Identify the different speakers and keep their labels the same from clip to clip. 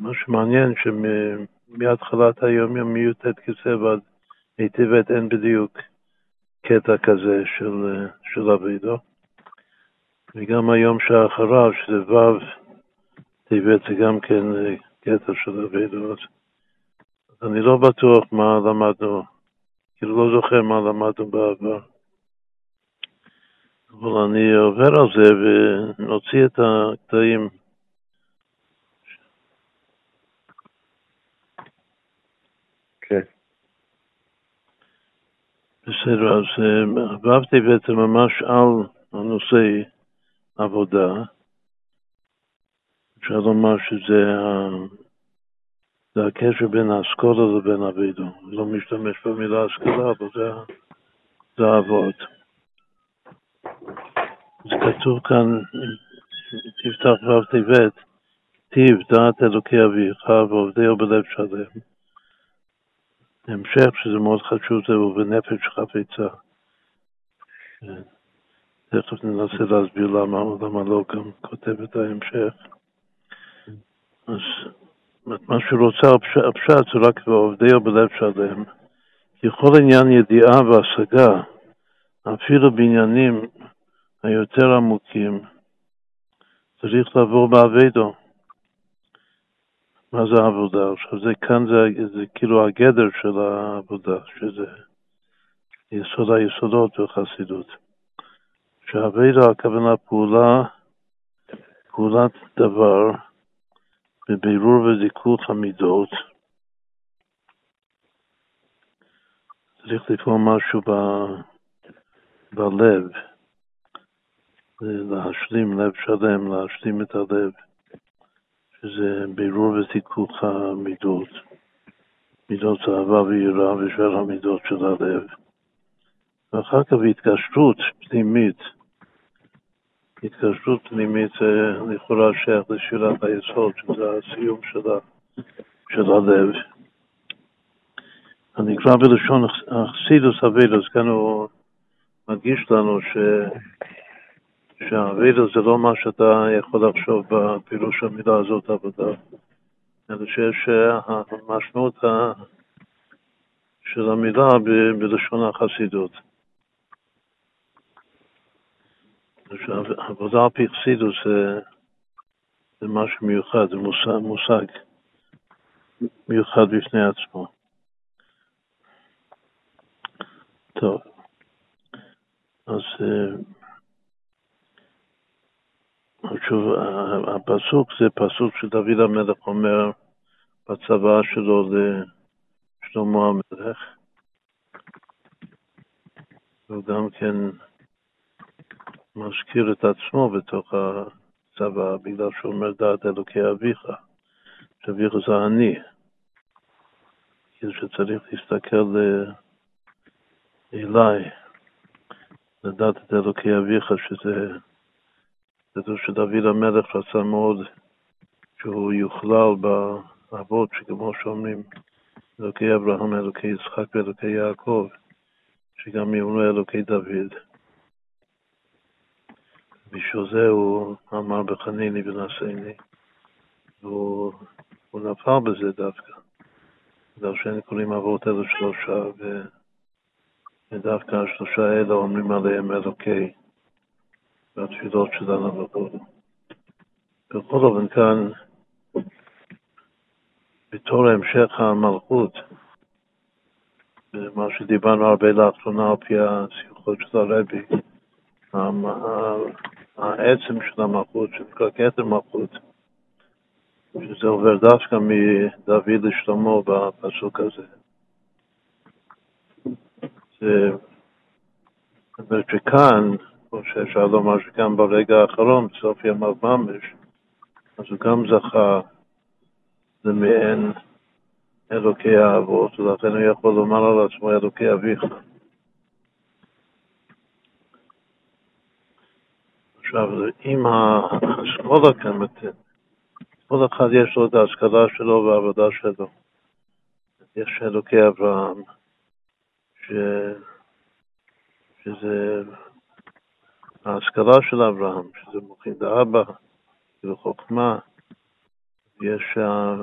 Speaker 1: מה שמעניין שמהתחלת היום מי"ט כסלו ועד ה' טבת אין בדיוק קטע כזה של אבידו, וגם היום שאחריו שזה ו' טבת זה גם כן קטע של אבידו. אז אני לא בטוח מה למדנו, כאילו לא זוכר מה למדנו בעבר, אבל אני עובר על זה ונוציא את הקטעים.
Speaker 2: כן.
Speaker 1: בסדר, אז ו' טבת זה ממש על הנושא עבודה. אפשר לומר שזה הקשר בין האסכולה לבין אבידו. לא משתמש במילה השכלה, אבל זה האבות. זה כתוב כאן, תפתח ו' טבת, טיב דעת אלוקי אביך ועובדהו בלב שלם. המשך, שזה מאוד חשוב, זה ובנפש חפצה. תכף ננסה להסביר למה לא גם כותב את ההמשך. אז מה שרוצה הפשט זה רק ועובדהו בלב שלם. ככל עניין ידיעה והשגה, אפילו בעניינים היותר עמוקים, צריך לעבור בעבודו. מה זה העבודה? עכשיו זה כאן זה כאילו הגדר של העבודה, שזה יסוד היסודות בחסידות. שהעבודה הכוונה פעולת דבר בבירור וזיכוך המידות. צריך לפעול משהו בלב, להשלים לב שלם, להשלים את הלב, שזה בירור וזיכוך המידות, מידות אהבה ויראה ושאר המידות של הלב. ואחר כך התקשרות פנימית, התקשרות פנימית זה לכאורה שייך לשירת היסוד, שזה הסיום של הלב. אני אקרא בלשון חסידות אבידו, כאן הוא מדגיש לנו שהאבידו זה לא מה שאתה יכול לחשוב בפירוש המילה הזאת עבודה, אלא שיש המשמעות של המילה בלשון החסידות. עבודה על פי חסידות זה משהו מיוחד, זה מושג מיוחד בפני עצמו. טוב, אז שוב, הפסוק זה פסוק שדוד המלך אומר בצבא שלו לשלמה המלך. הוא גם כן מזכיר את עצמו בתוך הצבא, בגלל שהוא אומר דעת אלוקי אביך, שאביך זה אני. כאילו שצריך להסתכל אליי, לדעת את אלוקי אביך, שזה שדוד המלך רצה מאוד שהוא יוכלל באבות, שכמו שאומרים, אלוקי אברהם, אלוקי יצחק ואלוקי יעקב, שגם יאמרו אלוקי דוד. בשביל זה הוא אמר בחניני ונשאני, והוא נפל בזה דווקא. בגלל שאין קוראים אבות אלו שלושה, ודווקא השלושה האלה אומרים עליהם אלוקי, והתפילות שלנו בכל. בכל אופן כאן, בתור המשך המלכות, מה שדיברנו הרבה לאחרונה על פי השיחות של הרבי, העצם של המלכות, שנקרא כתר מלכות, שזה עובר דווקא מדוד לשלמה בפסוק הזה. זאת אומרת שכאן, כמו שאפשר לומר שכאן ברגע האחרון, בסוף ימיו ממש, אז הוא גם זכה למעין אלוקי האבות, ולכן הוא יכול לומר על עצמו אלוקי אביך. עכשיו, אם האסכולה כאן מתן, כל אחד יש לו את ההשכלה שלו והעבודה שלו. יש אלוקי אברהם, שזה ההשכלה של אברהם, שזה מוחין דאבא, כאילו חוכמה, יש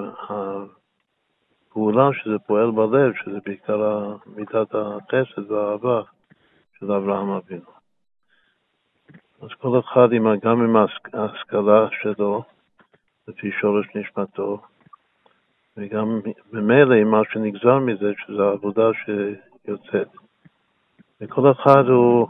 Speaker 1: הפעולה שזה פועל בלב, שזה בעיקר מידת החסד והאהבה של אברהם אבינו. אז כל אחד גם עם ההשכלה שלו, לפי שורש נשמתו, וגם ממילא עם מה שנגזר מזה, שזו העבודה שיוצאת. וכל אחד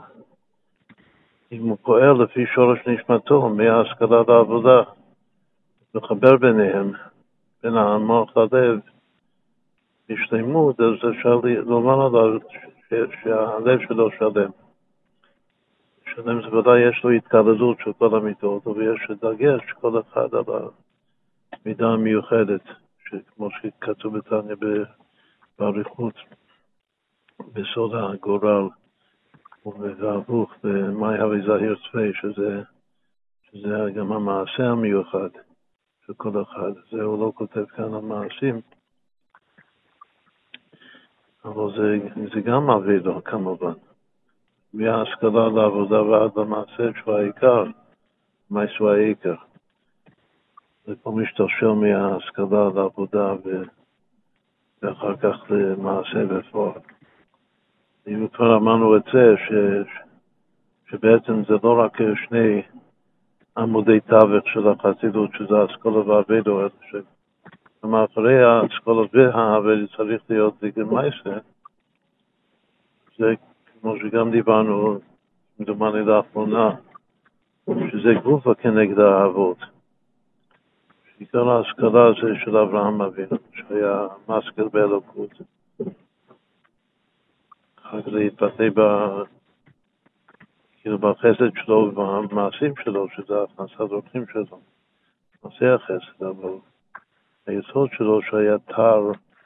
Speaker 1: אם הוא פועל לפי שורש נשמתו, מההשכלה לעבודה, לחבר ביניהם, בין המוח ללב, בשלמות, אז אפשר לומר עליו שהלב שלו שלם. שלם זה ודאי יש לו התקללות של כל המידות, ויש דגש כל אחד על המידה המיוחדת, כמו שכתוב בתניא באריכות, בסוד הגורל וההפוך, במאי הווי זהיר צפי, שזה גם המעשה המיוחד של כל אחד. זה הוא לא כותב כאן על מעשים, אבל זה גם עבודה כמובן. מההשכלה לעבודה ועד למעשה שהוא העיקר, מעשו העיקר. זה פה משתרשר מההשכלה לעבודה ואחר כך למעשה בפועל. אם כבר אמרנו את זה, שבעצם זה לא רק שני עמודי תווך של החסידות, שזה האסכולה והעבודה, שמאחורי האסכולה והעבודה צריך להיות מעשה. זה כמו שגם דיברנו, מדומני לאחרונה, שזה גופה כנגד האהבות. עיקר ההשכלה זה של אברהם אבינו, שהיה משכיל באלוקות. אחר כך זה התבטא בחסד שלו ובמעשים שלו, שזה הכנסת אורחים שלו. מעשה החסד, אבל היסוד שלו שהיה תר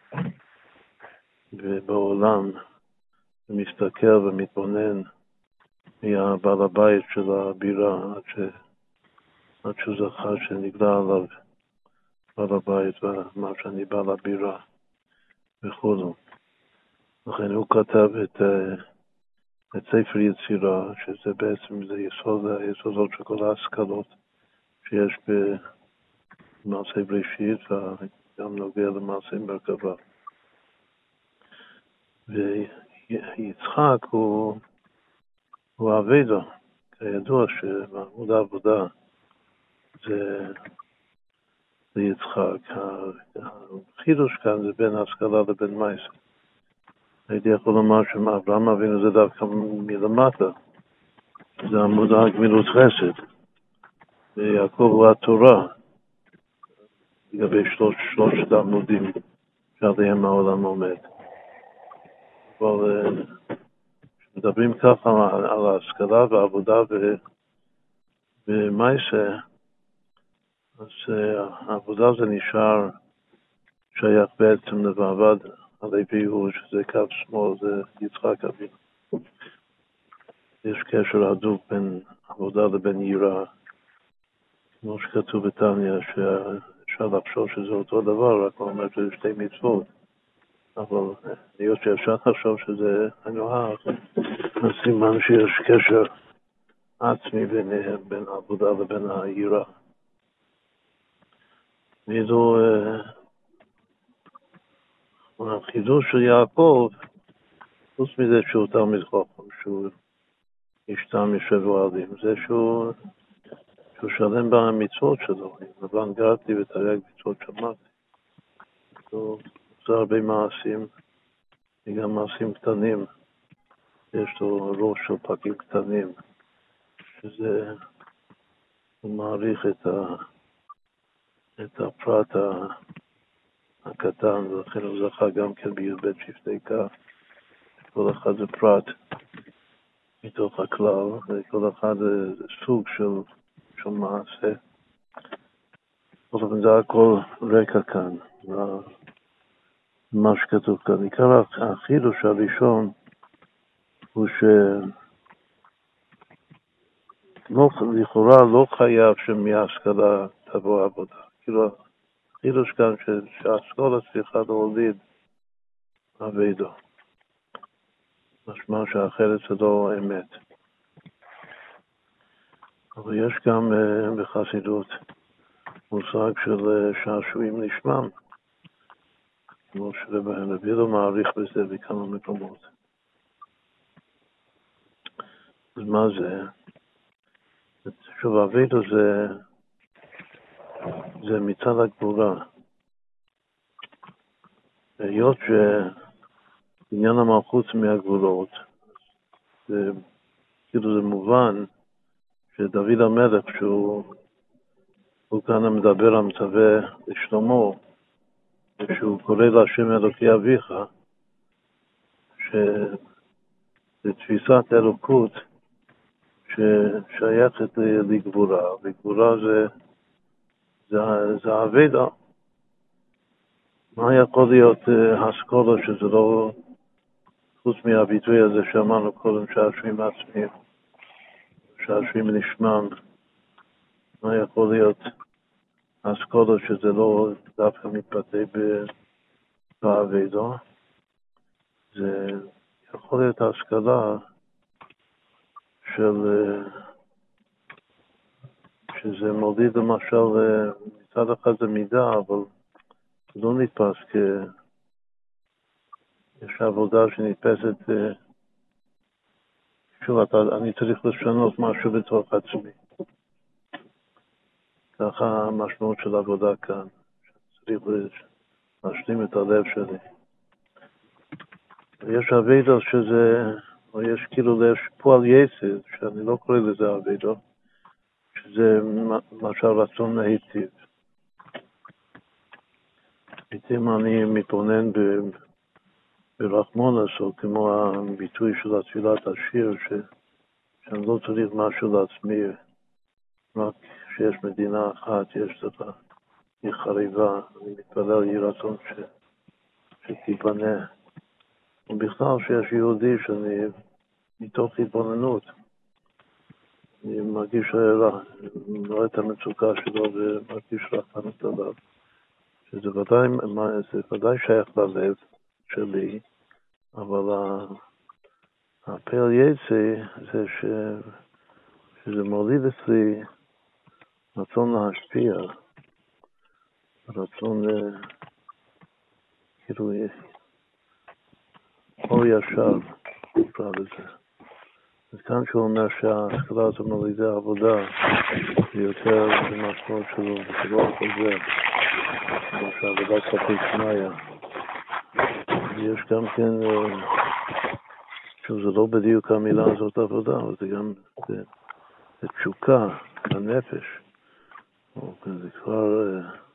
Speaker 1: בעולם, ומסתכל ומתבונן מהבעל הבית של הבירה, עד שהוא זכה שנגלה עליו בעל הבית ואמר שאני בעל הבירה וכו'. לכן הוא כתב את ספר יצירה, שזה בעצם זה יסודות של כל ההשכלות שיש במעשה בראשית וגם נוגע למעשה מרכבה. ויצחק הוא עבודה, כידוע שמעמוד העבודה זה יצחק. החידוש כאן זה בין השכלה לבין מעשה. הייתי יכול לומר שאברהם אבינו זה דווקא מלמטה, זה עמוד הגמילות חסד, ויעקב הוא התורה, לגבי שלושת העמודים שעליהם העולם עומד. אבל כשמדברים ככה על ההשכלה והעבודה ומעשה, אז העבודה זה נשאר שייך בעצם לבעבד עלי ביהו, שזה קו שמאל, זה יצחק אבינו. יש קשר הדוק בין עבודה לבין יראה, כמו שכתוב בתניא, שאפשר לחשוב שזה אותו דבר, רק הוא אומר שזה שתי מצוות. אבל היות שאפשר לחשוב שזה הנוהג, אז סימן שיש קשר עצמי ביניהם, בין העבודה לבין היראה. ואילו החידוש של יעקב, חוץ מזה שהוא תלמיד חכם, שהוא השתם משבוע עלים, זה שהוא שלם במצוות שלו, לבן גרתי ותרי"ג מצוות שמעתי. זה הרבה מעשים, וגם מעשים קטנים. יש לו ראש של פקים קטנים, שזה הוא מעריך את הפרט הקטן, ולכן הוא זכה גם כן בי"ב שבטי כ'. כל אחד זה פרט מתוך הכלל, וכל אחד זה סוג של מעשה. אבל זה הכל רקע כאן, מה שכתוב כאן. עיקר החידוש הראשון הוא לכאורה לא חייב שמההשכלה תבוא עבודה. כאילו החידוש כאן שההשכלה צריכה להוליד עבודה. משמע שאחרת זה לא אמת. אבל יש גם בחסידות מושג של שעשועים לשמם, כמו שרבי לא מעריך בזה בכמה מקומות. אז מה זה? שוב, אבידו זה מצד הגבורה. היות שעניין המלכות מהגבולות, כאילו זה מובן שדוד המלך, שהוא כאן מדבר המצווה לשלמה, שהוא קורא להשם אלוקי אביך, שזה תפיסת אלוקות ששייכת לגבורה, וגבורה זה העבודה. מה יכול להיות הסקולה שזה לא, חוץ מהביטוי הזה שאמרנו קודם, שעשועים עצמיים, שעשועים לשמם, מה יכול להיות הסקולה שזה לא דווקא מתבטא בעבודה? זה יכול להיות ההשכלה שזה מוליד למשל, מצד אחד זה מידה, אבל זה לא נתפס יש עבודה שנתפסת, שוב, אני צריך לשנות משהו בתוך עצמי. ככה המשמעות של עבודה כאן, צריך להשלים את הלב שלי. ויש עבודה שזה, או יש כאילו פועל יסד, שאני לא קורא לזה עבודה, שזה משל רצון להיטיב. לעתים אני מתבונן ברחמונס, או כמו הביטוי של התפילת השיר, שאני לא צריך משהו לעצמי, רק שיש מדינה אחת, יש לך, היא חריבה, אני מתפלל יהי רצון שתיבנה. ובכלל שיש יהודי שאני מתוך התבוננות, אני מרגיש רואה את המצוקה שלו ומרגיש רחמנות עליו. שזה ודאי שייך ללב שלי, אבל הפעל יצא זה שזה מוליד אצלי רצון להשפיע, רצון כאילו אור ישר, נקרא לזה. אז כאן שהוא אומר שההשכלה הזו מולידי העבודה זה יותר במשמעות שלו, וזה לא חוזר, כמו שהעבודה כפי שמיה. ויש גם כן, שוב, זה לא בדיוק המילה הזאת עבודה, אבל זה גם זה תשוקה בנפש, או זה כבר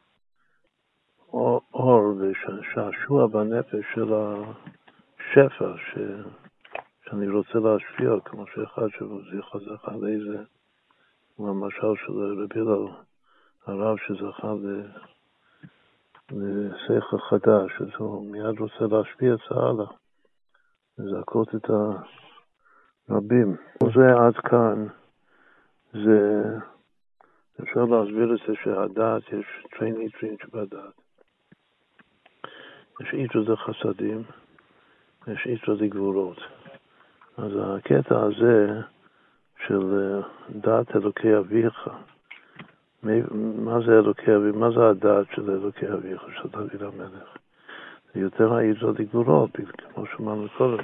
Speaker 1: אור ושעשוע בנפש של השפע שאני רוצה להשפיע, כמו שאחד שזכה זכה לאיזה, למשל של רבי הלל, הרב שזכה לשכל חדש, אז הוא מיד רוצה להשפיע את הלאה, לזכות את הרבים. וזה עד כאן, זה אפשר להסביר את זה שהדעת, יש טרין איטרין שבדעת. יש איתו זה חסדים, יש איתו זה גבורות. אז הקטע הזה של דעת אלוקי אביך, מה זה אלוקי אביך? מה זה הדעת של אלוקי אביך, של דוד המלך? זה יותר האיתו זה גבורות, כמו שאמרנו קודם,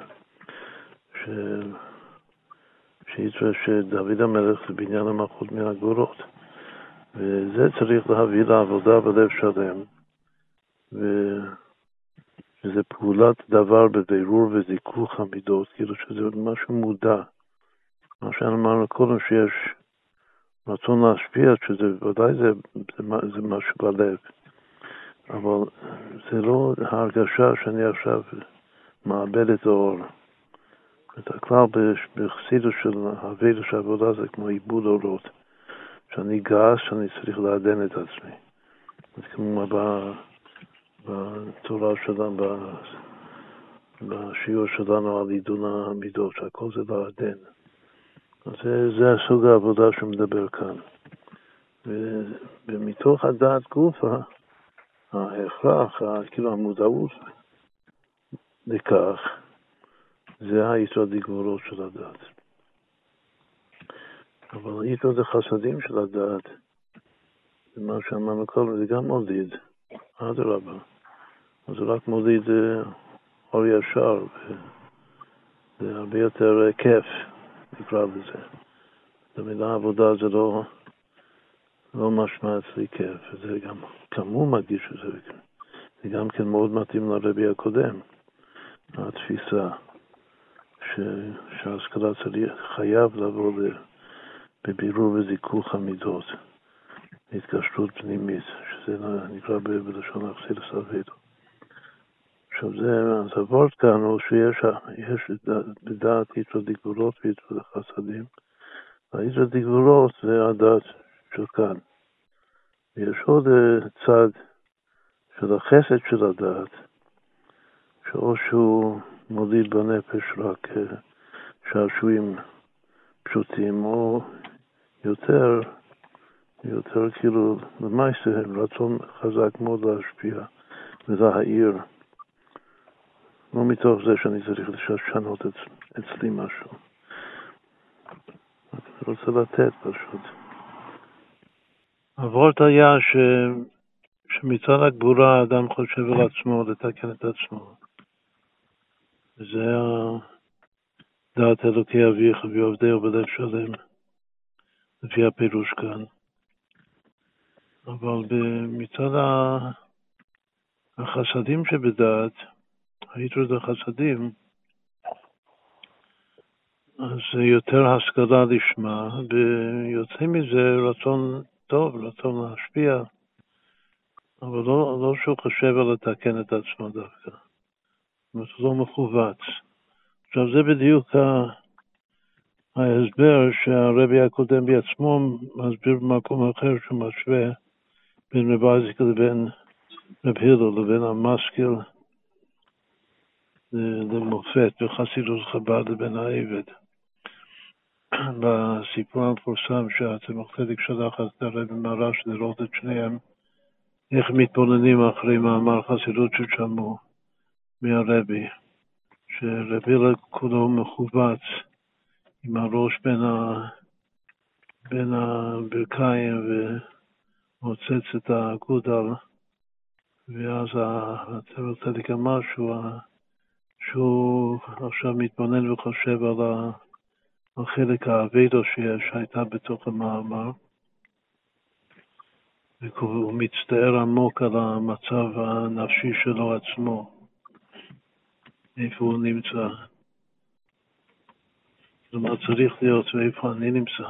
Speaker 1: שאיתו שדוד המלך זה בניין המלכות מהגבורות. וזה צריך להביא לעבודה בלב שלם, וזה פעולת דבר בבירור וזיכוך המידות, כאילו שזה משהו מודע. מה שאמרנו קודם שיש רצון להשפיע, שזה ודאי זה משהו בלב, אבל זה לא ההרגשה שאני עכשיו מאבד את האור. את הכלל בחסידות של העבודה של העבודה זה כמו עיבוד אורות, שאני גס, שאני צריך לעדן את עצמי. אז כמו בתורה שלנו, בשיעור שלנו על עידון המידות, שהכל זה לעדן. אז זה הסוג העבודה שמדבר כאן. ומתוך הדעת גופה, ההכרח, כאילו המודעות לכך, זה היסוד הגבולות של הדעת. אבל היסוד החסדים של הדעת, מה שאמרנו קודם, זה גם מוליד, אדרבה. אז זה רק מוליד אור ישר, זה הרבה יותר כיף, נקרא לזה. במילה עבודה זה לא משמע אצלי כיף, וזה גם, כמו מרגיש שזה, זה גם כן מאוד מתאים לרבי הקודם, התפיסה, שההשכלה חייב לבוא בבירור וזיכוך המידות, התקשרות פנימית, שזה נקרא בלשון החסידות סלווידו. עכשיו אז הוורד כאן הוא שיש בדעת יתרו דגבורות ויתרו דחסדים. היתרו דגבורות זה הדעת של כאן. ויש עוד צד של החסד של הדעת, שאו שהוא מוליד בנפש רק שעשועים פשוטים, או יותר כאילו למעשה רצון חזק מאוד להשפיע ולהעיר. לא מתוך זה שאני צריך לשנות אצלי משהו. אני רוצה לתת פשוט. הוורט היה שמצד הגבורה האדם חושב על עצמו, לתקן את עצמו. וזה דעת אלוקי אביך ועובדהו בלב שלם, לפי הפירוש כאן. אבל מצד החסדים שבדעת, היתרו דחסדים, אז זה יותר השכלה לשמה, ויוצא מזה רצון טוב, רצון להשפיע, אבל לא שהוא חושב על לתקן את עצמו דווקא. זאת אומרת, לא מכווץ. עכשיו זה בדיוק ההסבר שהרבי הקודם בעצמו מסביר במקום אחר שהוא משווה בין רב אייזיק לבין רב הלל לבין המשכיל למופת בחסידות חב"ד לבין העבד. בסיפור המפורסם שהצמח צדק שלח את הרבי מהר"ש לראות את שניהם איך מתבוננים אחרי מאמר חסידות ששמעו מהרבי, שרבי הלל כולו מכווץ עם הראש בין הברכיים ומוצץ את הגודל, ואז הצמח צדק אמר שהוא עכשיו מתבונן וחושב על חלק העבודה שהייתה בתוך המאמר, והוא מצטער עמוק על המצב הנפשי שלו עצמו, איפה הוא נמצא. זאת אומרת, צריך להיות ואיפה אני נמצא.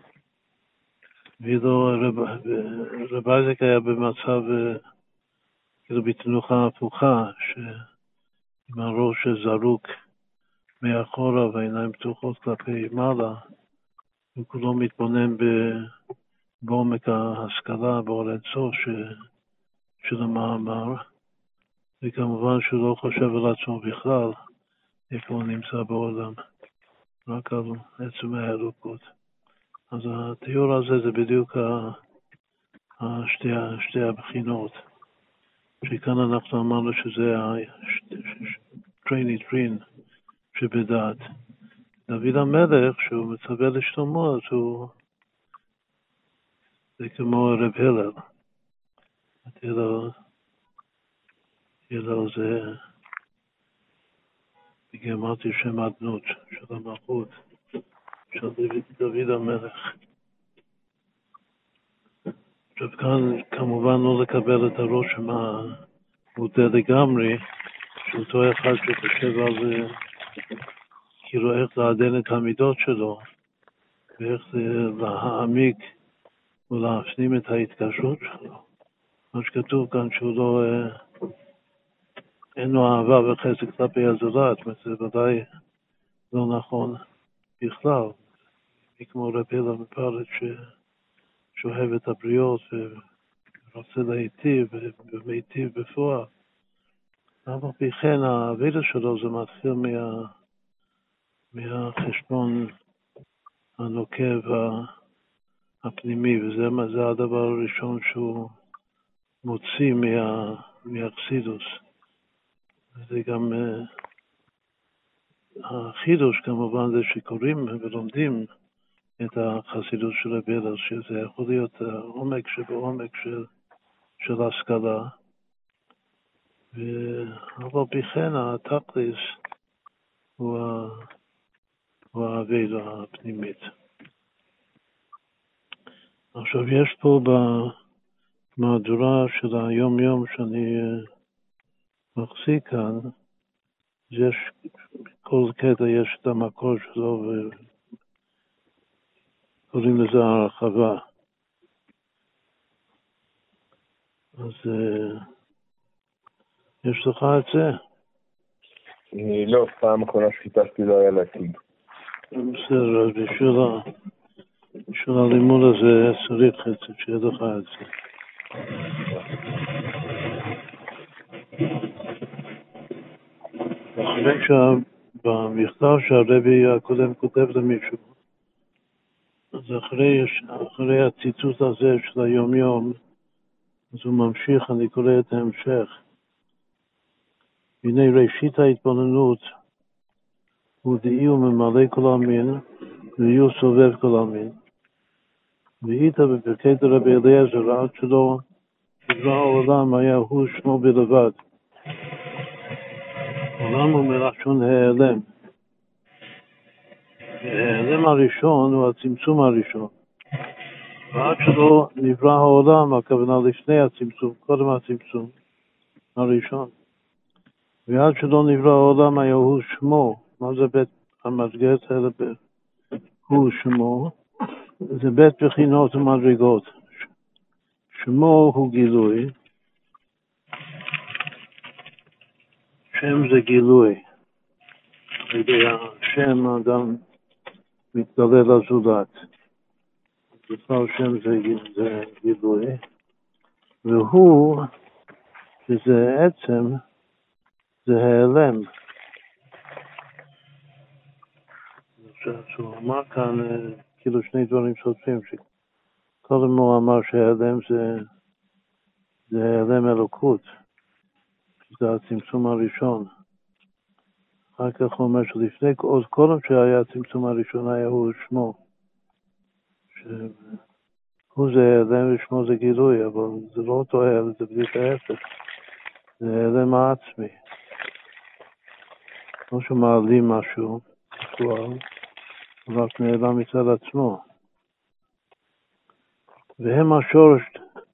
Speaker 1: ואילו רב אייזיק היה במצב, כאילו בתנוחה הפוכה, עם הראש זרוק מאחורה והעיניים פתוחות כלפי מעלה, הוא כולו מתבונן בעומק ההשכלה, באור אינסוף של המאמר, וכמובן שהוא לא חושב על עצמו בכלל, איפה הוא נמצא בעולם, רק על עצם האלוקות. אז התיאור הזה זה בדיוק שתי הבחינות, שכאן אנחנו אמרנו שזה טרין שבדעת. דוד המלך, שהוא מצווה לשלמה, אז זה כמו רב הלל. הלל זה, אמרתי שם אדנות של המלכות, של דוד המלך. עכשיו כאן כמובן לא לקבל את הרושם המודע לגמרי, שאותו אחד שחושב על כאילו איך לעדן את המידות שלו, ואיך להעמיק ולהפנים את ההתקשרות שלו. מה שכתוב כאן שהוא לא, אין לו אהבה וחסד כלפי הזולת, זה ודאי לא נכון בכלל. כמו רב הלל מפרץ שאוהב את הבריות ורוצה להיטיב ומיטיב בפועל. אבל בכן העבודה שלו זה מתחיל מהחשבון הנוקב הפנימי, וזה הדבר הראשון שהוא מוציא מהחסידוס. זה גם החידוש כמובן זה שקוראים ולומדים את החסידות של רבי אלעזר, שזה יכול להיות עומק שבעומק של השכלה, אבל בכן התכלס הוא העבודה הפנימית. עכשיו יש פה במהדורה של היום יום שאני מחזיק כאן, יש, כל קטע יש את המקור שלו וקוראים לזה הרחבה. אז יש לך את זה?
Speaker 2: לא, פעם אחרונה שחיפשתי לא היה להציג.
Speaker 1: בסדר, אז בשביל הלימוד הזה צריך את זה, שיהיה לך את זה. אחרי שבמכתב שהרבי הקודם כותב למישהו, אז אחרי הציטוט הזה של היום יום, אז הוא ממשיך, אני קורא את ההמשך. הנה ראשית ההתבוננות הוא דאי וממלא כל המין, ויהיו סובב כל המין. ואיתה בפרקי דרבי אליעזר, עד שלא נברא העולם היה הוא שמו בלבד. עולם הוא מלשון העלם. העלם הראשון הוא הצמצום הראשון. ועד שלא נברא העולם, הכוונה לפני הצמצום, קודם הצמצום הראשון. ועד שלא נברא העולם היה הוא שמו. מה זה בית המסגרת האלה? הוא שמו. זה בית בחינות ומדרגות. שמו הוא גילוי. שם זה גילוי. השם האדם מתגלה לזולת. בכלל שם זה גילוי. והוא, שזה עצם, זה העלם. הוא אמר כאן כאילו שני דברים סותרים. קודם הוא אמר שהעלם זה העלם אלוקות. זה הצמצום הראשון. אחר כך הוא אומר שלפני, עוד קודם שהיה הצמצום הראשון היה הוא שמו. הוא זה העלם ושמו זה גילוי, אבל זה לא אותו העלם, זה בדיוק ההפך. זה העלם העצמי. לא שמעלים משהו, רק נעלם מצד עצמו. והם השורש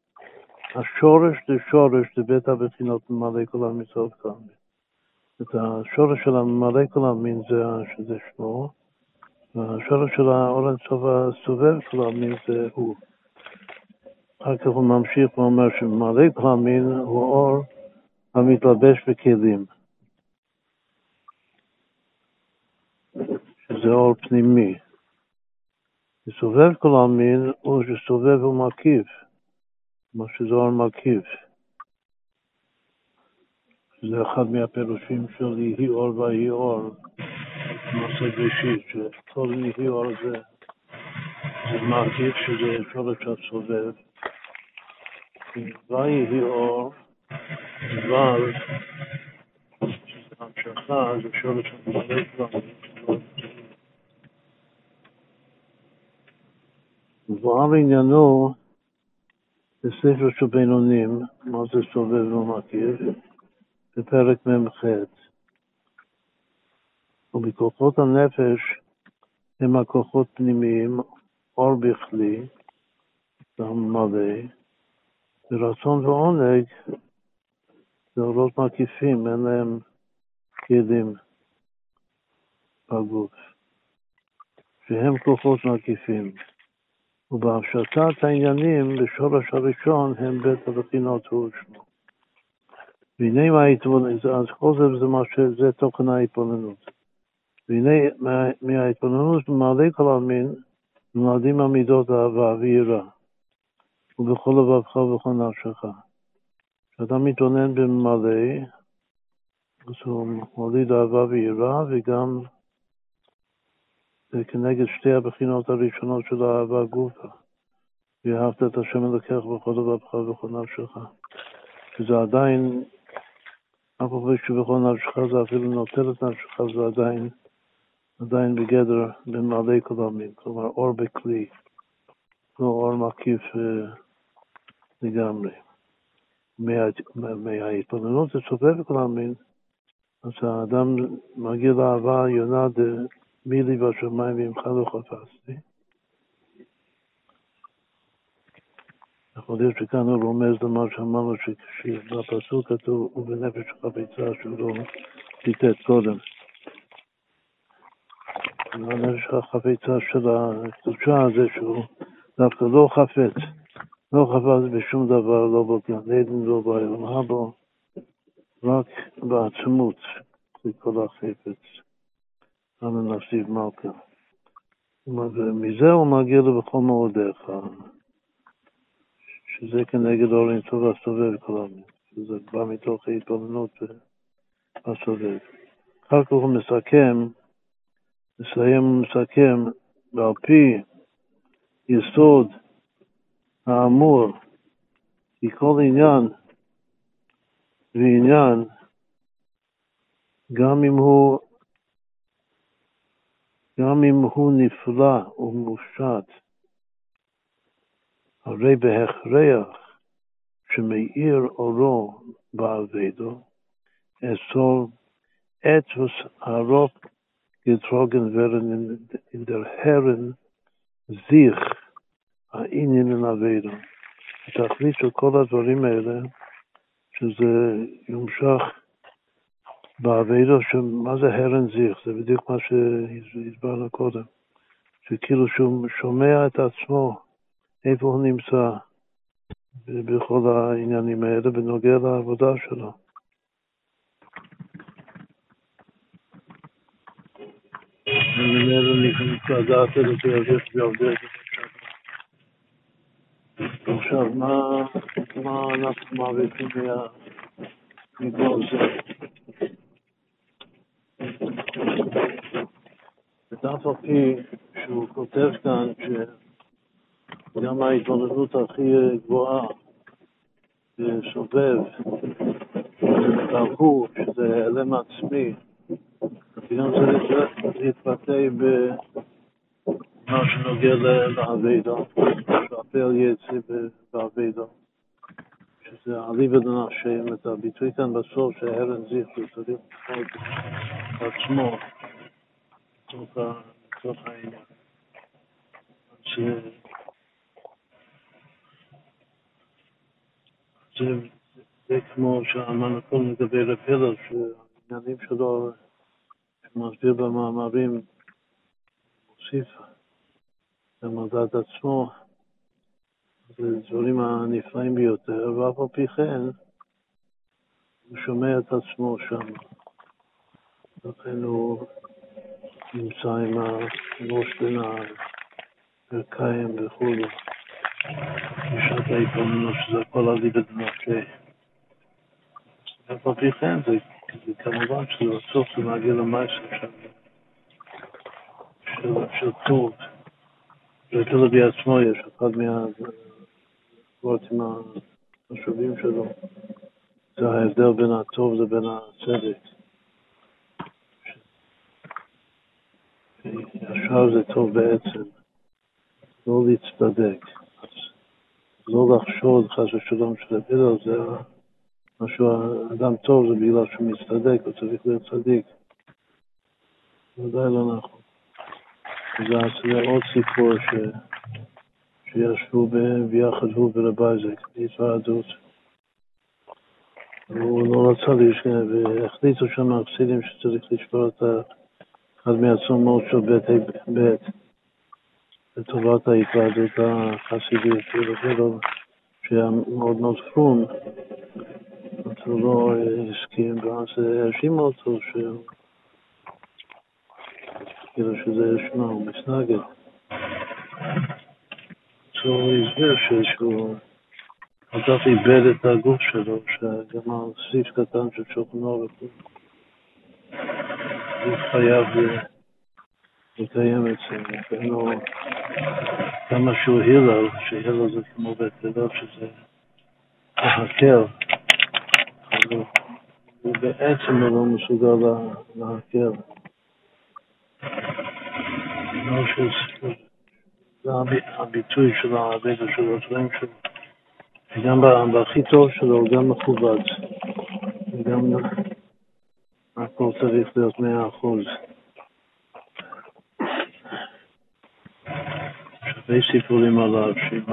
Speaker 1: זה שורש, זה בית הבחינות ממלא כל המצוות כאן. את השורש של הממלא כל המין שזה שמו, והשורש של האור אינסוף הסובב כל המין זה הוא. אחר כך הוא ממשיך ואומר שממלא כל המין הוא אור המתלבש בכלים. שזה אור פנימי. וסובב כל המין הוא שסובב ומקיף. מה שזה אור מקיף. זה אחד מהפירושים של יהי אור ויהי אור. מעשה בראשית, שכל יהי אור זה מקיף, שזה שורש הסובב. ויהי אור, אבל, שזה המשכה, זה שורש המלא כבר. ובעל עניינו, בספר של בינונים, מה זה סובב ומקיף, בפרק מ"ח. ובכוחות הנפש הם הכוחות פנימיים, אור בכלי, מלא, ורצון ועונג זה אורות מקיפים, אין להם כלים בגוף, שהם כוחות מקיפים. ובהפשטת העניינים בשורש הראשון הם בית הבחינות הוא שמו. והנה מההתבוננות, אז כל זה תוכן ההתבוננות. והנה מההתבוננות ממלא כל המין, נולדים המידות אהבה ויראה. ובכל לבבך ובכל נפשך. כשאתה מתבונן בממלא, אז הוא מוליד אהבה ויראה, וגם זה כנגד שתי הבחינות הראשונות של האהבה גופה. ואהבת את השם אלוקיך בכל לבבך ובכל נפשך. שזה עדיין, אף פעם שבכל נפשך זה אפילו נוטל את נפשך, זה עדיין עדיין בגדר במעלה כל העמים, כלומר אור בכלי, לא אור מקיף לגמרי. מההתבוננות זה סובב כל העמים, אז האדם מגיע לאהבה העליונה מי לי בשמיים ועמך לא חפשתי. יכול להיות שכאן הוא רומז למה שאמרנו שבפסוק כתוב ובנפש חפצה שהוא לא ציטט קודם. הנפש החפצה של הקדושה הזה שהוא דווקא לא חפץ בשום דבר, לא בגן עדן, לא בעולם הבא, רק בעצמות לכל החפץ. אנו נפסיד מלכה. ומזה הוא מגיע לו בכל מאודיך, שזה כנגד אור אין סוף הסובב כל העמים, שזה בא מתוך ההתבוננות הסובב. אחר כך הוא מסכם, ועל פי יסוד האמור, כי כל עניין ועניין, גם אם הוא נפלא ומופשט, הרי בהכרח שמאיר אורו בעבדו, אסור etwas herab getragen werden in der Herren sich העניין לעבדו. התכלית של כל הדברים האלה, שזה יומשך בעבדו, מה זה הרן זיך? זה בדיוק מה שהסברנו קודם. שכאילו שהוא שומע את עצמו, איפה הוא נמצא בכל העניינים האלה, בנוגע לעבודה שלו. וממנו נקרא דעת אלוקי אביך ועובדי את זה. עכשיו, מה אנחנו מעריכים מכל זה? ודף על פי שהוא כותב כאן שגם ההתבוננות הכי גבוהה סובב תרחוב, שזה אלם עצמי, גם צריך להתבטא במה שנוגע לעבדו, שהפעל יצא בעבדו, שזה עליבא דנפשי, את הביטוי כאן בסוף שההרן זיך, הוא צריך את עצמו בתוך העניין. זה כמו שאמרנו קודם לגבי רפלר, שהעניינים שלו שמסביר במאמרים מוסיף למדד עצמו, זה דברים הנפלאים ביותר, ואף על פי כן הוא שומע את עצמו שם. לכן הוא נמצא עם הראש בין הברכיים וכו'. בשעת ההתבוננות שזה הכל עליבא דנפשי. ואף על פי כן זה כמובן שזה בסוף זה מגיע למעשה של טוב. רפלר בעצמו יש אחד מהדברים החשובים שלו. זה ההבדל בין הטוב לבין הצדק. ישר זה טוב בעצם, לא להצטדק. לא לחשוד חס ושלום שלפלר זה משהו, אדם טוב זה בגלל שהוא מצטדק, הוא צריך להיות צדיק. ודאי לא נכון. זה עוד סיפור שישבו ביחד הוא ורבייזק, בהתוועדות. הוא לא רצה להשגע, והחליטו שם החסידים שצריך לשבור את אחד מהצומות של בית לטובת ההתוועדות החסידית, שהיה מאוד מאוד פרום, הוא לא הסכים, ואז הרשימו אותו כאילו שזה שמה, הוא מסנגד. אז הוא הסביר שהוא כל כך איבד את הגוף שלו, שגם הסעיף קטן של שוכנו וכו'. הוא חייב לקיים את זה, כמה שהוא הילל, שהילל זה כמו בית לילות, שזה להקל. הוא בעצם לא מסוגל להקל. זה הביטוי של העבד של הדברים שלו. וגם בהכי טוב שלו הוא גם מכובד. וגם הכל צריך להיות 100%. שווה סיפורים עליו,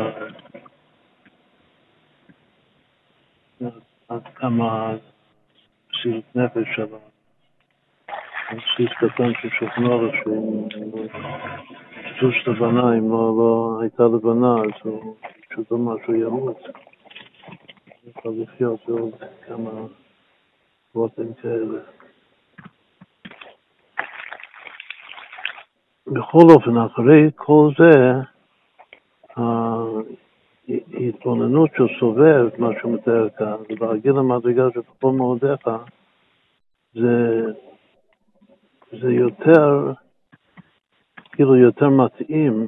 Speaker 1: עד כמה מסירות נפש שלו. מסיס קטן ששוכנוע שהוא שטוש לבנה, אם לא הייתה לבנה, אז הוא פשוט אמר שהוא ימות. יכול לחיות עוד כמה רותם כאלה. בכל אופן, אחרי כל זה, ההתבוננות שהוא סובב, מה שהוא מתאר כאן, ובהגיע למדרגה שבכל מאודיך, זה יותר, כאילו יותר מתאים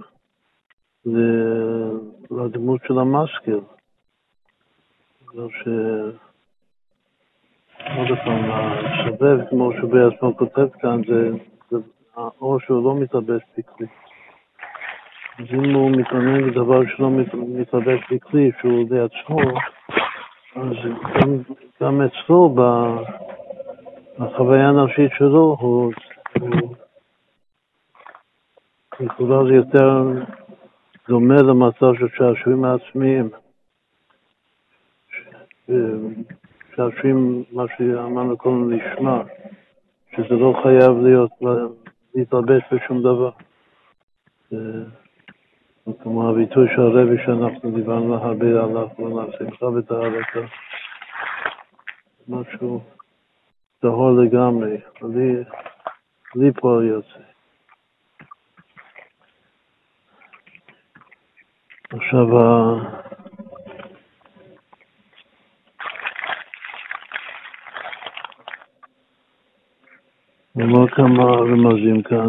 Speaker 1: לדמות של המשכיל. בגלל עוד פעם, הסובב, כמו שהוא בעצמו כותב כאן, זה האור שהוא לא מתלבש בכלי. אז אם הוא מתעניין בדבר שלא מתלבש בכלי, שהוא לעצמו, אז גם אצלו, בחוויה הנפשית שלו, הוא יכולה זה יותר דומה למצב של שעשועים העצמיים. שעשועים, מה שאמרנו קודם לשמה, שזה לא חייב להתלבש בשום דבר. כמו הביטוי של הרבי שאנחנו דיברנו הרבה עליו, לא נעשה עכשיו את ההלכה. משהו טהור לגמרי, בלי פועל יוצא. עכשיו, נאמר כמה רמזים כאן.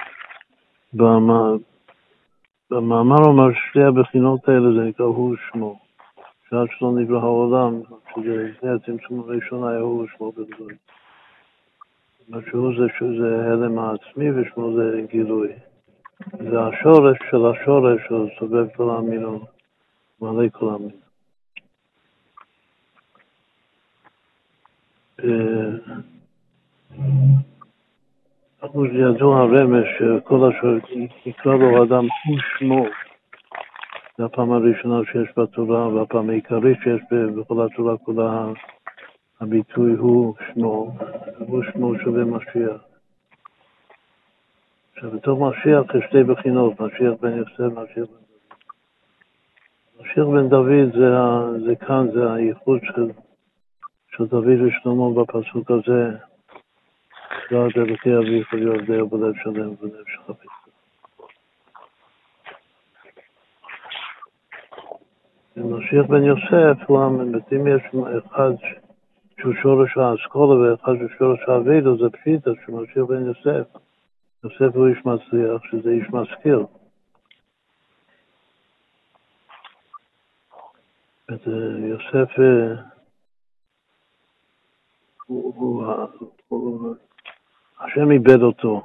Speaker 1: במאמר אומר שתי הבחינות האלה זה נקרא הוא שמו. שעד שלא נברא העולם, שזה הצמצום הראשון היה הוא שמו בגדול. מה שהוא זה הלם העצמי ושמו זה גילוי. זה השורש של השורש שהוא סובב כל המינו, מלא כל המינו. אבל ידוע הרמז שכל השורש יקרא לו אדם הוא שמו. זה הפעם הראשונה שיש בתורה, והפעם העיקרית שיש בכל התורה כולה הביטוי הוא שמו. הוא שמו שווה משיח. עכשיו, בתוך משיח יש שתי בחינות, משיח בן יוסף, משיח בן דוד. משיח בן דוד זה כאן, זה הייחוד של דוד ושלמה בפסוק הזה. לא עד אלוקי אביך ויעבדהו בלב שלם ובלב שחפץ. משיח בן יוסף, אם יש אחד שהוא שורש האסכולה ואחד שהוא שורש העבודה, זה פשיטה שמשיח בן יוסף. יוסף הוא איש מצליח, שזה איש משכיל. יוסף השם איבד אותו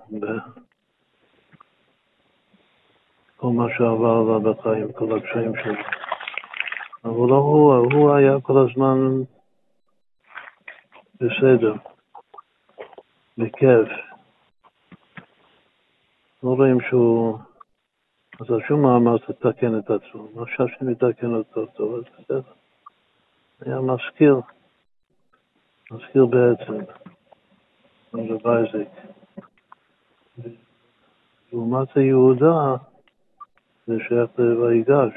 Speaker 1: בכל מה שעבר עליו בחיים, כל הקשיים שלו. אבל לא הוא היה כל הזמן בסדר, בכיף. לא רואים שהוא, אז שום מאמץ לתקן את עצמו. מה שהשם יתקן אותו טוב, אז בסדר. היה משכיל בעצם. זה וייזק. לעומת היהודה, זה שייך לויגש.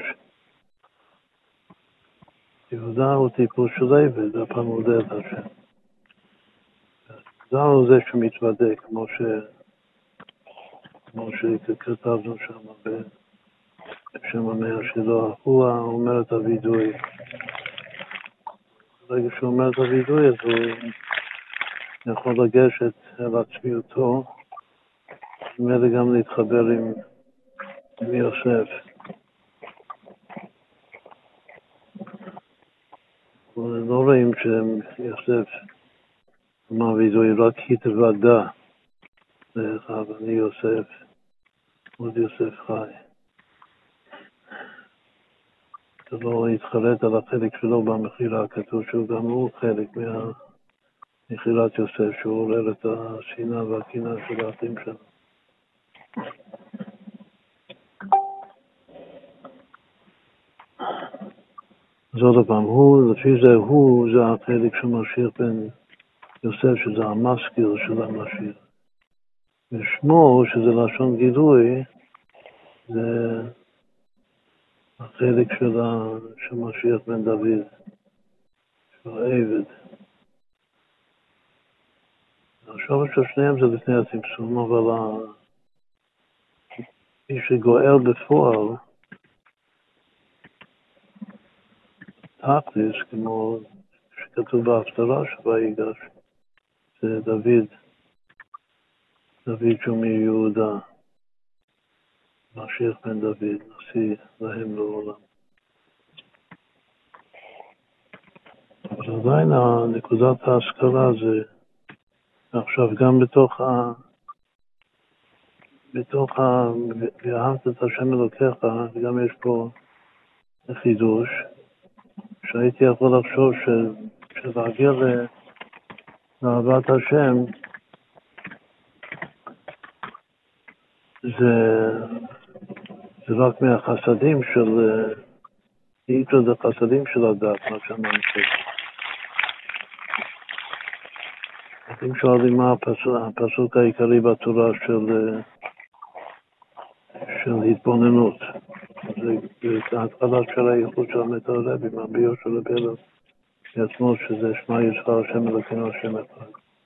Speaker 1: יהודה הוא טיפוס של עבד, זה הפעם מודה את השם. זה הוא זה שמתוודה, כמו שכתבנו שם בשם המאה שלו. הוא אומר את הוידוי. ברגע שהוא אומר את הוידוי, אז הוא יכול לגשת אל עצמיותו, ומילא גם להתחבר עם יוסף. לא רואים שיוסף אמר וידוי, רק התוודה לך, ואני יוסף, עוד יוסף חי. זה לא התחרט על החלק שלו במחירה, כתוב שהוא גם הוא חלק ממחירת יוסף, שהוא עורר את השנאה והקנאה של האחים שלו. אז עוד פעם, לפי זה זה החלק של משיח בן יוסף, שזה המזכיר של המשיח. ושמו, שזה לשון גילוי, זה החלק של משיח בן דוד, של העבד. השורש של שניהם זה לפני הצמצום, אבל מי שגואל בפועל, תכלס, כמו שכתוב בהפטרה שבהיגש, זה דוד שהוא מיהודה, משיח בן דוד, נשיא להם לעולם. אבל עדיין נקודת ההשכלה זה, עכשיו גם בתוך ואהבת את השם אלוקיך, וגם יש פה חידוש, שהייתי יכול לחשוב שלהגיע לאהבת השם, זה רק מהחסדים זה חסדים של הדת, מה שאמרנו. אתם שואלים מה הפסוק העיקרי בתורה של התבוננות. זה ההתחלה של הייחוד של המתר הרבי, מהביור של הבאלה בעצמו, שזה שמע ישראל השם אלוקינו השם אחד.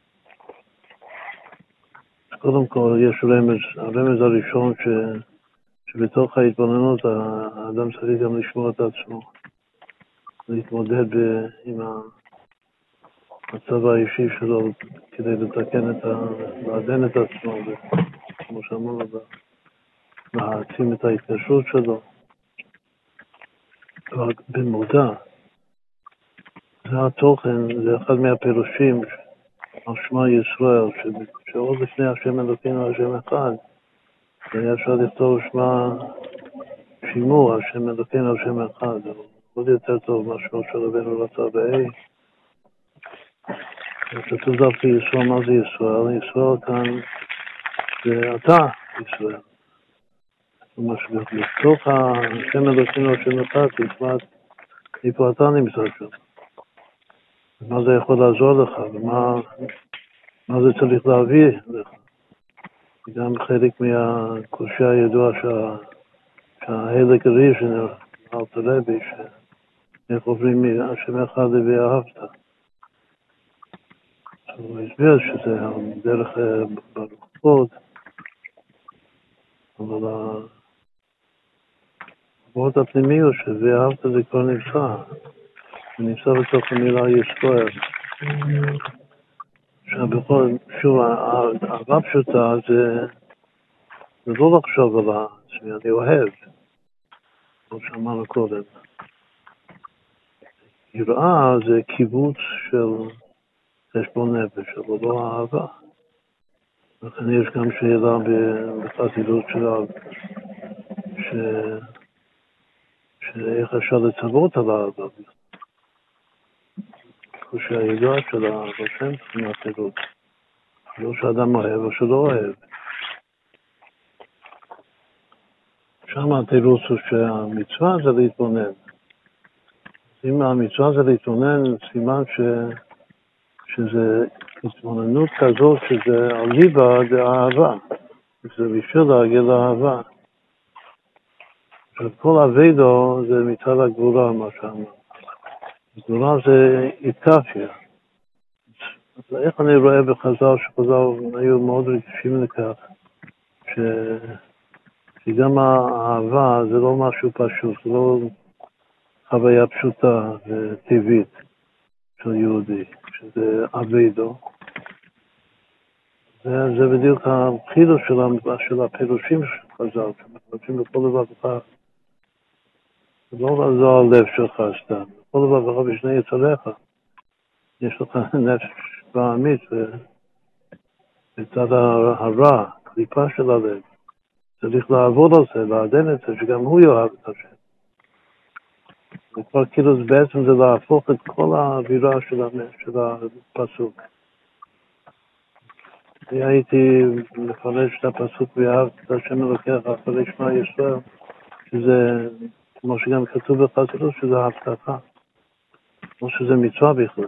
Speaker 1: אז קודם כל יש הרמז הראשון שבתוך ההתבוננות האדם צריך גם לשמור את עצמו, להתמודד עם המצב האישי שלו כדי לעדן את עצמו, כמו שאמרנו, להעצים את ההתקשרות שלו. רק במודע, זה התוכן, זה אחד מהפירושים על שמע ישראל, שעוד לפני השם אלוקינו השם אחד, היה אפשר לכתוב שימור, השם אלוקינו השם אחד, עוד יותר טוב משהו של רבנו רצה באי. כתוב דווקא ישראל, מה זה ישראל? ישראל כאן זה אתה, ישראל. זאת אומרת, בתוך השם אלוקינו השם אחד, תשמעת איפה אתה נמצא שם. מה זה יכול לעזור לך, ומה זה צריך להביא לך. גם חלק מהקושי הידוע שההלק הראשון, אלתר רבי, איך עוברים מהשם אחד ואהבת. הוא הסביר שזה דרך ברוכות, אבל העבוד הפנימיות שאהבת זה כבר נמצא. זה נמצא בתוך המילה ישראל. שבכל, שוב, אהבה פשוטה זה לא לחשוב על עצמי, אני אוהב, כמו שאמרנו קודם. יראה זה קיבוץ של חשבון נפש, אבל לא אהבה. לכן יש גם שאלה בחסידות שלנו, שאיך אפשר לצוות על האהבה. שהידוע של השם צריכים לתלות. לא שאדם אוהב או שלא אוהב. שם התירוץ הוא שהמצווה זה להתבונן. אם המצווה זה להתבונן, סימן שזה התבוננות כזאת שזה על ליבה זה אהבה. זה בשביל להגיע לאהבה. כל עבודו זה מצד הגבורה, מה שאמר. גבורה זה איתקפיה. אז איך אני רואה בחז"ל שחז"ל היו מאוד רגישים לכך, שגם האהבה זה לא משהו פשוט, זה לא חוויה פשוטה וטבעית של יהודי, שזה עבודו. זה בדיוק החידוש של הפירושים של חז"ל, שמתפרשים בכל לבבך. זה לא זה הלב שלך סתם, בכל לבבך בשני יצריך. יש לך נפש בעמית ובצד הרע, קליפה של הלב. צריך לעבוד על זה, לעדן את זה, שגם הוא יאהב את השם. וכבר כאילו בעצם זה להפוך את כל האווירה של הפסוק. הייתי מפרש את הפסוק ואהבת את השם אלוקיך אחרי שמע ישראל, שזה, כמו שגם כתוב בחסידות, שזה הבטחה, כמו שזה מצווה בכלל.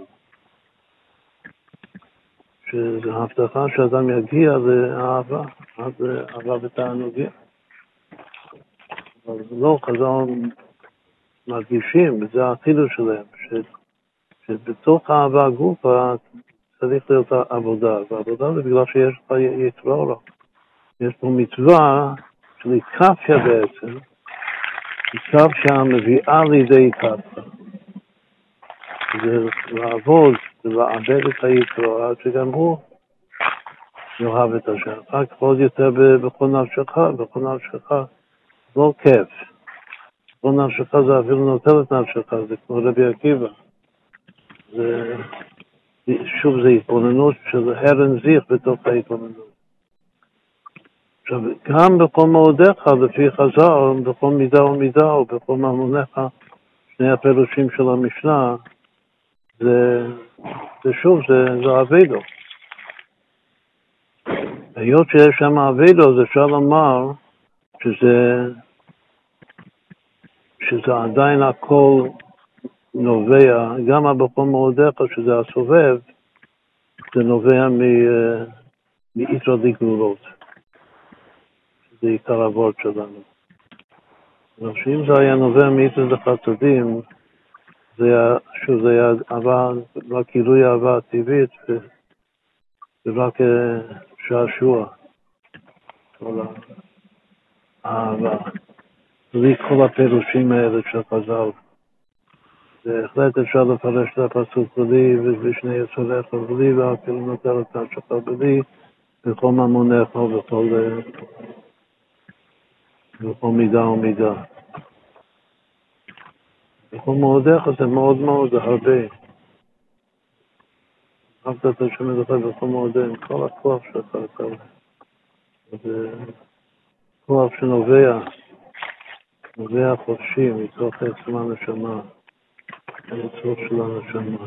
Speaker 1: שזה הבטחה שאדם יגיע לאהבה, עד אהבה ותענוגים. אבל לא, חז"ל מרגישים, וזה החידוש שלהם, שבתוך האהבה הגופה צריך להיות עבודה, והעבודה זה בגלל שיש לך יתרורה. יש פה מצווה של התקפיה בעצם, התקפיה מביאה לידי התקפיה. זה לעבוד ולעבד את היתרורה, שגם הוא יאהב את השם. רק עוד יותר בכל נפשך, בכל נפשך לא כיף. בכל נפשך זה אפילו נוטל את נפשך, זה כמו רבי עקיבא. שוב, זה התבוננות של הרן זיך בתוך ההתבוננות. עכשיו, גם בכל מאודיך, לפי חז"ל, בכל מידה ומידה, או בכל ממונך, שני הפירושים של המשנה, זה שוב, זה אבדו. היות שיש שם אבדו, אז אפשר לומר שזה עדיין הכל נובע, גם בכל מאודיך, שזה הסובב, זה נובע מיתרא דגלולות. זה עיקר הוורד שלנו. שאם זה היה נובע מיתרא דחסדים, זה היה אהבה, רק גילוי אהבה טבעית, ורק שעשוע. כל האהבה. בלי כל הפירושים האלה של חז"ל. בהחלט אפשר לפרש את הפסוק בלי, ובשני יצורך בלי, ואפילו נוטל את נפשך בלי, בכל ממונך ובכל מידה ומידה. בכל מאודיך זה מאוד מאוד, זה הרבה. אהבת את השם אלוקיך בכל מאודיך, עם כל הכוח שלך, זה כוח שנובע חופשי מתוך עצם הנשמה, היצור של הנשמה.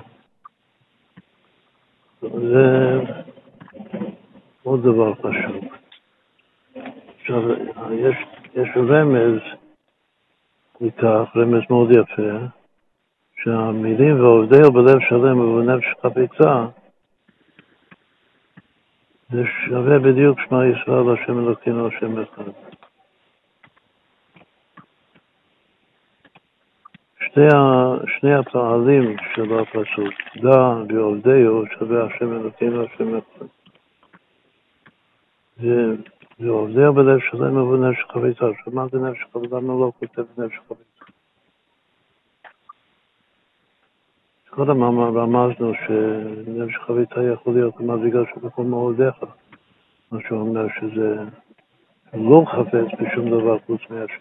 Speaker 1: זה עוד דבר חשוב. עכשיו, יש רמז לכך, רמז מאוד יפה, שהמילים ועובדהו בלב שלם ובנפש חפצה, זה שווה בדיוק שמע ישראל השם אלוקינו השם אחד. שני הפעלים של הפסוק, דע ועובדהו שווה השם אלוקינו השם אחד. ועובדהו בלב שלם ובנפש חפצה. מה זה נפש חפצה? למה לא כותב נפש חפצה? קודם רמזנו שנפש חפצה יכול להיות מדרגה שבכל מאודיך. מה שאומר שזה לא חפץ בשום דבר חוץ מהשם.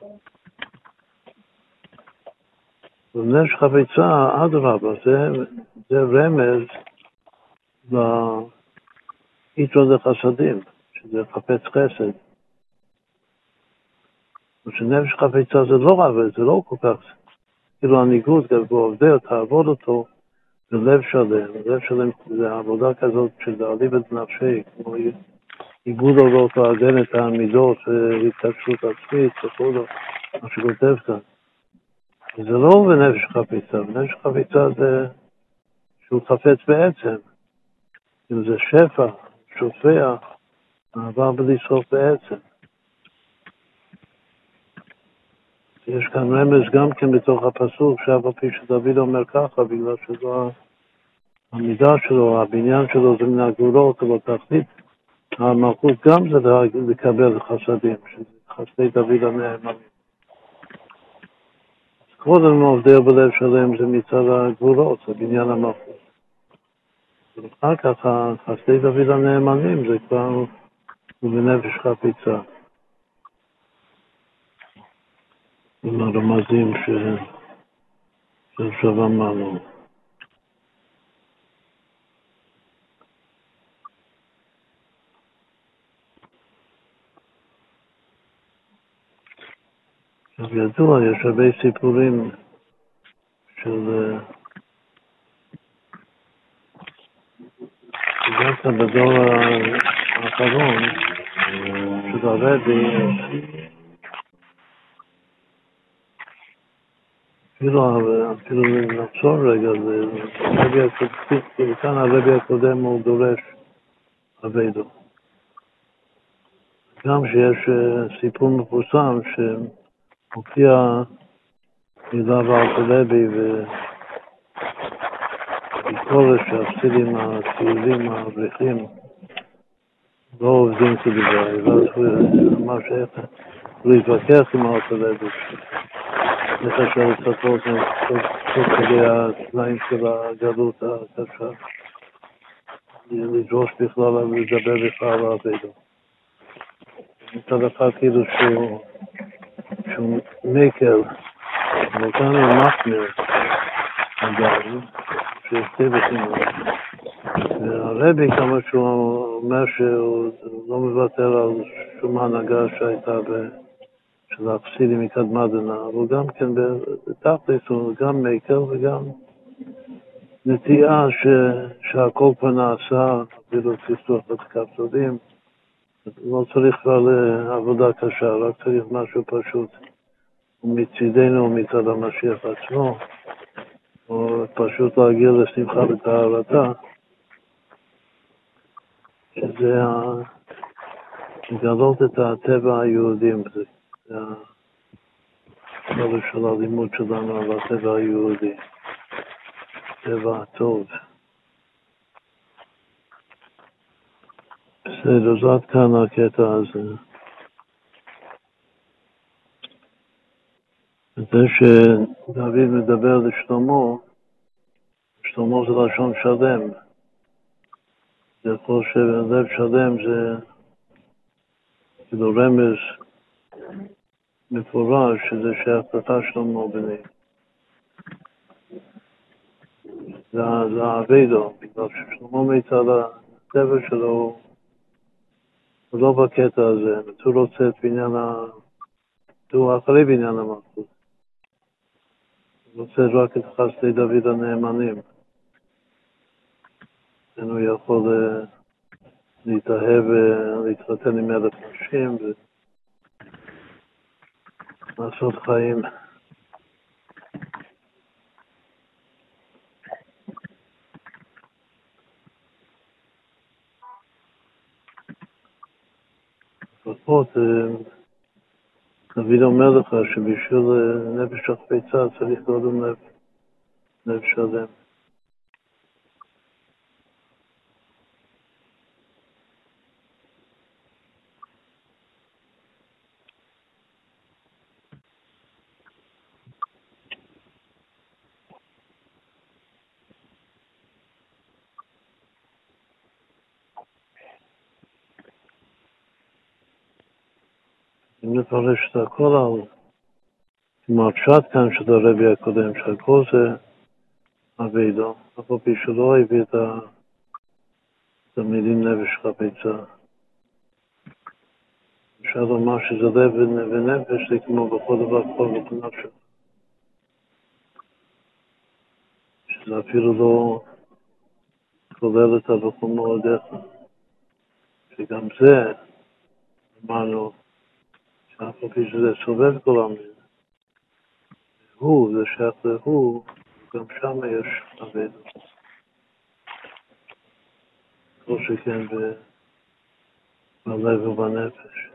Speaker 1: ונפש חפצה, אדרבה, זה רמז ליתרא דחסדים, שזה חפץ חסד. ושנפש חפצה זה לא רב, זה לא כל כך, כאילו הניגוד, ועובדהו, תעבוד אותו בלב שלם. לב שלם זה עבודה כזאת שדעליב את נפשי, כמו עיבוד אורות, לעדן את העמידות, התקשרות עצמית, וכו', מה שכותב כאן. זה לא בנפש חפצה, בנפש חפצה זה שהוא חפץ בעצם. אם זה שפע, שופע, אהבה בלי סוף בעצם. יש כאן רמז גם כן בתוך הפסוק, שאף על פי שדוד אומר ככה, בגלל שזו המידה שלו, הבניין שלו זה מן הגבולות, אבל תכלית המלכות גם זה לקבל חסדים, שזה חסדי דוד הנאמנים. קודם עובדהו בלב שלם זה מצד הגבולות, זה בניין המלכות. ואחר כך חסדי דוד הנאמנים זה כבר בנפש חפצה. עם הרמזים שעכשיו אמרנו. ידוע, יש הרבה סיפורים של דווקא בדור האחרון של הרבי, אפילו נחזור רגע, כאן הרבי הקודם הוא דורש אביידו. גם שיש סיפור מפורסם שמופיע מילה ואלתרלבי וביקורת שהפסידים הצעירים האברכים לא עובדים כדברי, ואז הוא אמר שאיך להתווכח עם האלתרלבי. איך אפשר לצפות כל כדי התנאים של הגלות הקשה, לדרוש בכלל ולדבר בכלל על אביידו. מצד אחד כאילו שהוא מקל, אבל כאן הוא מחמיר עדיין, שיסתיב את זה. והרבי כמה שהוא אומר שהוא לא מוותר על שום הנהגה שהייתה של הפסידים מקדמת דנא, אבל גם כן בתכלס הוא גם מקל וגם נטייה שהכל כבר נעשה, אפילו תפתוח את הקפסולים. לא צריך כבר לעבודה קשה, רק צריך משהו פשוט. ומצידנו ומצד המשיח עצמו, או פשוט להגיע לשמחה וטהרתה, שזה לגלות את הטבע היהודים. זה השורש של הלימוד שלנו על הטבע היהודי, טבע הטוב. בסדר, אז עד כאן הקטע הזה. זה שדוד מדבר לשלמה, שלמה זה לשון שלם. זה כל שלב שלם זה כאילו רמז מפורש שזה שייך לך שלמה בני. זה האביידו, בגלל ששלמה מצד הטבע שלו הוא לא בקטע הזה, הוא רוצה את בניין הוא אחרי בניין המלכות. הוא רוצה רק את חסדי דוד הנאמנים. הוא יכול להתאהב ולהתחתן עם 1,000 נשים ולעשות חיים. לפחות דוד אומר לך שבשביל נפש החפצה צריך קודם לב שלם. אם נפרש את הכל על כמו הפשט כאן של הרבי הקודם, שהכל זה אביידו, אף על פי שלא הביא את המילים נפש חפצה. אפשר לומר שזה לב ונפש, זה כמו בכל דבר כל נפש. שזה אפילו לא כולל את הבכל מאודיך. שגם זה, אמרנו, שאף על פי שזה סובב כל המילים. זה שייך להוא, גם שם יש אביידו. כל שכן בלב ובנפש.